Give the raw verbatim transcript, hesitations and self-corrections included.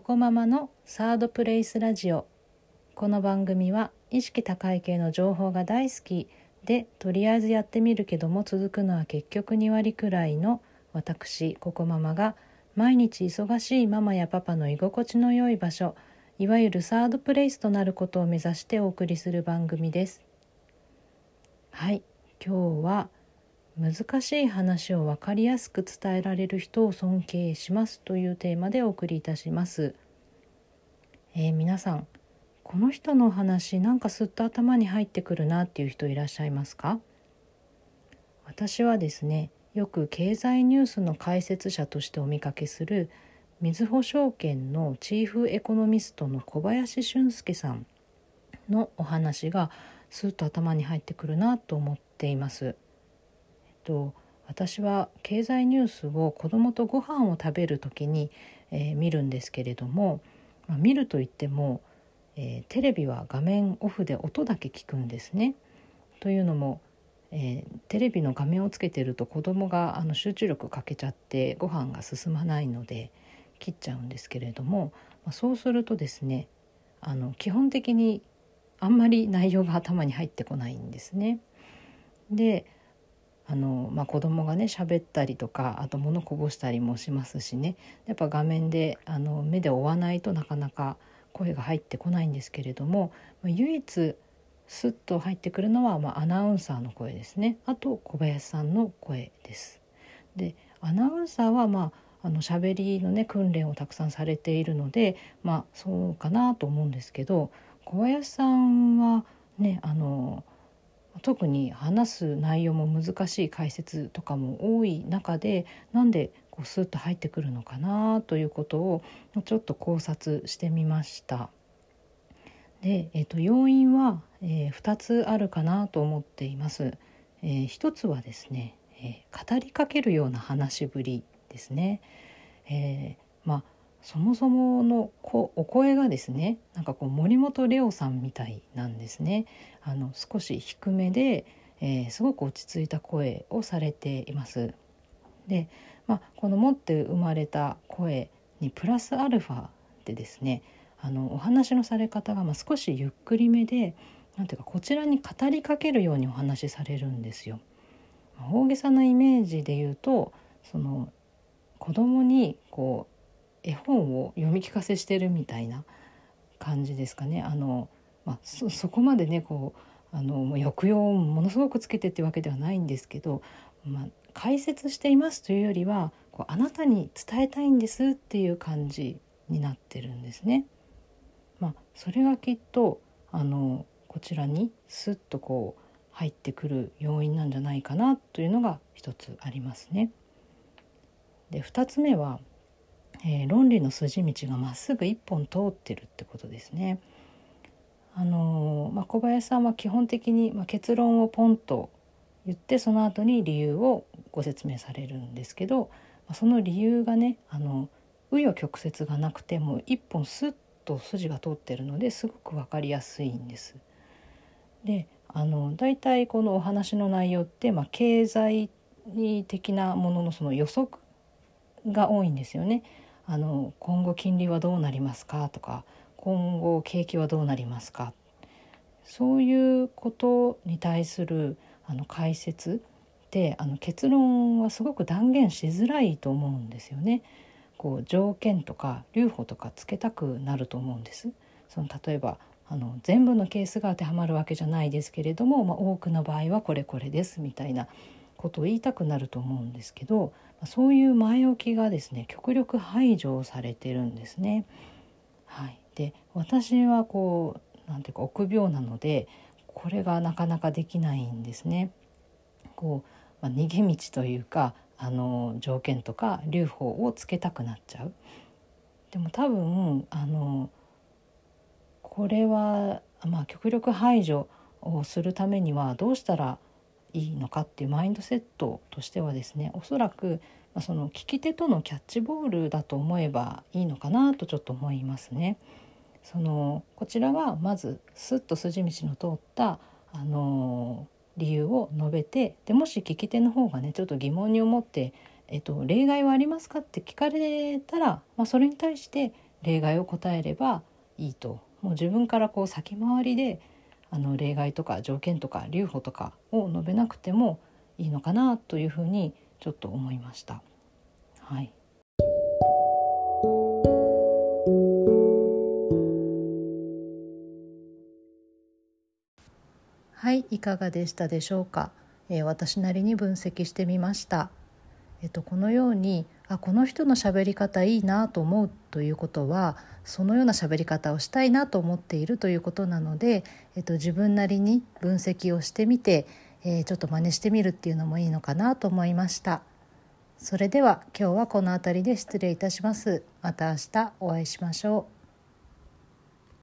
コママのサードプレイスラジオ。この番組は意識高い系の情報が大好きで、とりあえずやってみるけども続くのは結局に割くらいの私ココママが、毎日忙しいママやパパの居心地の良い場所、いわゆるサードプレイスとなることを目指してお送りする番組です。はい、今日は難しい話を分かりやすく伝えられる人を尊敬しますというテーマでお送りいたします。えー、皆さん、この人の話なんかすっと頭に入ってくるなっていう人いらっしゃいますか？私はですね、よく経済ニュースの解説者としてお見かけするみずほ証券のチーフエコノミストの小林俊介さんのお話がすっと頭に入ってくるなと思っています。と私は経済ニュースを子どもとご飯を食べるときに、えー、見るんですけれども、まあ、見るといっても、えー、テレビは画面オフで音だけ聞くんですね。というのも、えー、テレビの画面をつけてると子どもがあの集中力かけちゃってご飯が進まないので切っちゃうんですけれども、まあ、そうするとですね、あの基本的にあんまり内容が頭に入ってこないんですね。であのまあ、子供がね喋ったりとか、あと物こぼしたりもしますしね、やっぱ画面であの目で追わないとなかなか声が入ってこないんですけれども、まあ、唯一スッと入ってくるのは、まあ、アナウンサーの声ですね。あと小林さんの声です。でアナウンサーはまああの喋りのね訓練をたくさんされているので、まあそうかなと思うんですけど、小林さんはね、あの特に話す内容も難しい解説とかも多い中で、なんでこうスッと入ってくるのかなということをちょっと考察してみました。で、えー、と要因は、えー、ふたつあるかなと思っています。えー、ひとつはですね、えー、語りかけるような話しぶりですね。えー、まあそもそものこお声がですね、なんかこう森本レオさんみたいなんですね。あの少し低めで、えー、すごく落ち着いた声をされています。で、まあ、この持って生まれた声にプラスアルファでですね、あのお話のされ方がまあ少しゆっくりめで、なんていうかこちらに語りかけるようにお話しされるんですよ。大げさなイメージで言うと、その子供にこう絵本を読み聞かせしてるみたいな感じですかね。あの、まあ、そ, そこまでねこうあのもう抑揚をものすごくつけてってわけではないんですけど、まあ、解説していますというよりはこうあなたに伝えたいんですっていう感じになってるんですね。まあ、それがきっとあのこちらにスッとこう入ってくる要因なんじゃないかなというのが一つありますね。でふたつめは、えー、論理の筋道がまっすぐ一本通ってるってことですね。あのーまあ、小林さんは基本的に、まあ、結論をポンと言ってその後に理由をご説明されるんですけど、まあ、その理由がね、あの紆余曲折がなくても一本スッと筋が通ってるのですごく分かりやすいんです。であのだいたいこのお話の内容って、まあ、経済的なもののその予測が多いんですよね。あの今後金利はどうなりますかとか、今後景気はどうなりますか、そういうことに対するあの解説で、あの結論はすごく断言しづらいと思うんですよね。こう条件とか留保とかつけたくなると思うんです。その例えばあの全部のケースが当てはまるわけじゃないですけれども、まあ、多くの場合はこれこれですみたいなことを言いたくなると思うんですけど、そういう前置きがですね極力排除されてるんですね。はい、で私はこうなんていうか臆病なのでこれがなかなかできないんですね。こう、まあ、逃げ道というかあの条件とか留保をつけたくなっちゃう。でも多分あのこれは、まあ、極力排除をするためにはどうしたらいいのかっていうマインドセットとしてはですね、おそらく、まあ、その聞き手とのキャッチボールだと思えばいいのかなとちょっと思いますね。そのこちらがまずスッと筋道の通ったあの理由を述べて、でもし聞き手の方がねちょっと疑問に思って、えっと、例外はありますかって聞かれたら、まあ、それに対して例外を答えればいいと、もう自分からこう先回りであの例外とか条件とか留保とかを述べなくてもいいのかなというふうにちょっと思いました。はい。はい、いかがでしたでしょうか。えー私なりに分析してみました。えっと、このようにあこの人の喋り方いいなと思うということは、そのような喋り方をしたいなと思っているということなので、えっと、自分なりに分析をしてみて、えーちょっと真似してみるっていうのもいいのかなと思いました。それでは今日はこの辺りで失礼いたします。また明日お会いしましょう。